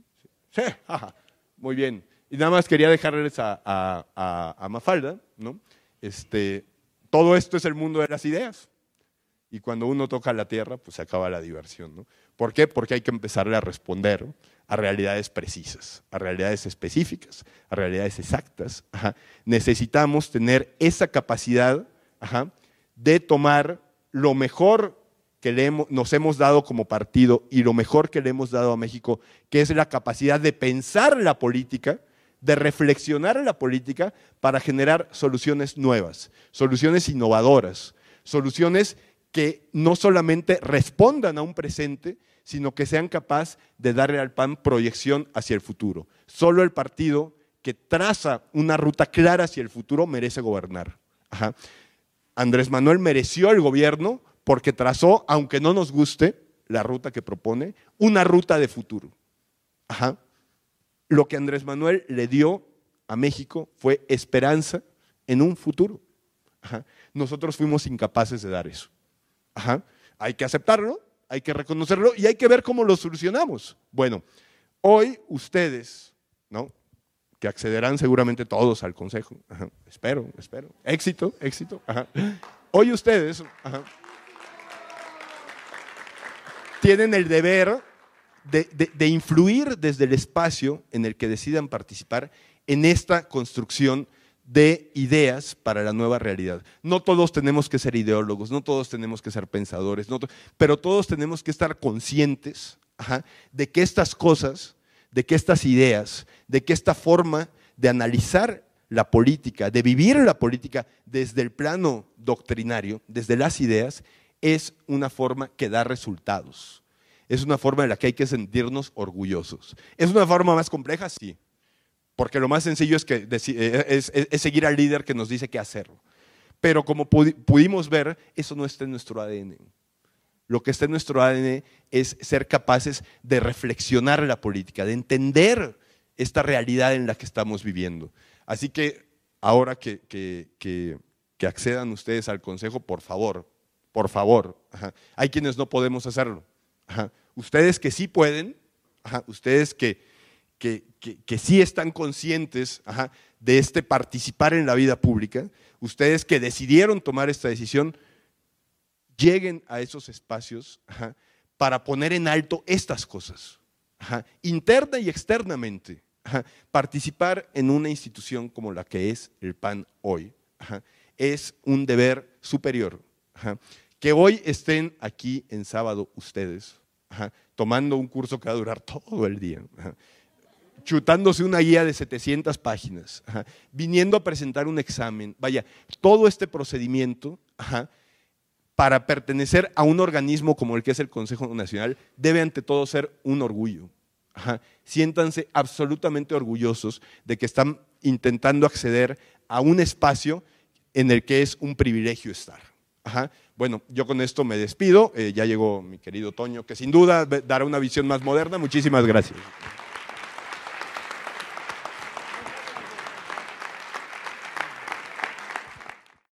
Muy bien. Y nada más quería dejarles a Mafalda, ¿no? Todo esto es el mundo de las ideas. Y cuando uno toca la tierra, pues se acaba la diversión, ¿no? ¿Por qué? Porque hay que empezarle a responder a realidades precisas, a realidades específicas, a realidades exactas. Necesitamos tener esa capacidad de tomar lo mejor que nos hemos dado como partido y lo mejor que le hemos dado a México, que es la capacidad de pensar la política, de reflexionar la política para generar soluciones nuevas, soluciones innovadoras, soluciones que no solamente respondan a un presente, sino que sean capaces de darle al PAN proyección hacia el futuro. Solo el partido que traza una ruta clara hacia el futuro merece gobernar. Andrés Manuel mereció el gobierno porque trazó, aunque no nos guste la ruta que propone, una ruta de futuro. Lo que Andrés Manuel le dio a México fue esperanza en un futuro. Nosotros fuimos incapaces de dar eso. hay que aceptarlo, hay que reconocerlo y hay que ver cómo lo solucionamos. Bueno, hoy ustedes, ¿no?, que accederán seguramente todos al consejo, ajá, espero, éxito, ajá. Hoy ustedes, ajá, tienen el deber de influir desde el espacio en el que decidan participar en esta construcción de ideas para la nueva realidad. No todos tenemos que ser ideólogos, no todos tenemos que ser pensadores, pero todos tenemos que estar conscientes, ajá, de que estas cosas, de que estas ideas, de que esta forma de analizar la política, de vivir la política desde el plano doctrinario, desde las ideas, es una forma que da resultados. Es una forma en la que hay que sentirnos orgullosos. ¿Es una forma más compleja? Sí. Porque lo más sencillo es seguir al líder que nos dice qué hacer. Pero como pudimos ver, eso no está en nuestro ADN. Lo que está en nuestro ADN es ser capaces de reflexionar la política, de entender esta realidad en la que estamos viviendo. Así que ahora que accedan ustedes al consejo, por favor, ajá. Hay quienes no podemos hacerlo. Ajá. Ustedes que sí pueden, ajá, ustedes que sí están conscientes, ajá, de participar en la vida pública, ustedes que decidieron tomar esta decisión, lleguen a esos espacios, ajá, para poner en alto estas cosas, ajá, interna y externamente. Ajá. Participar en una institución como la que es el PAN hoy, ajá, es un deber superior. Ajá. Que hoy estén aquí en sábado ustedes, ajá, tomando un curso que va a durar todo el día, ajá, chutándose una guía de 700 páginas, ajá, viniendo a presentar un examen, vaya, todo este procedimiento, ajá, para pertenecer a un organismo como el que es el Consejo Nacional, debe ante todo ser un orgullo. Ajá. Siéntanse absolutamente orgullosos de que están intentando acceder a un espacio en el que es un privilegio estar. Ajá. Bueno, yo con esto me despido, ya llegó mi querido Toño, que sin duda dará una visión más moderna. Muchísimas gracias.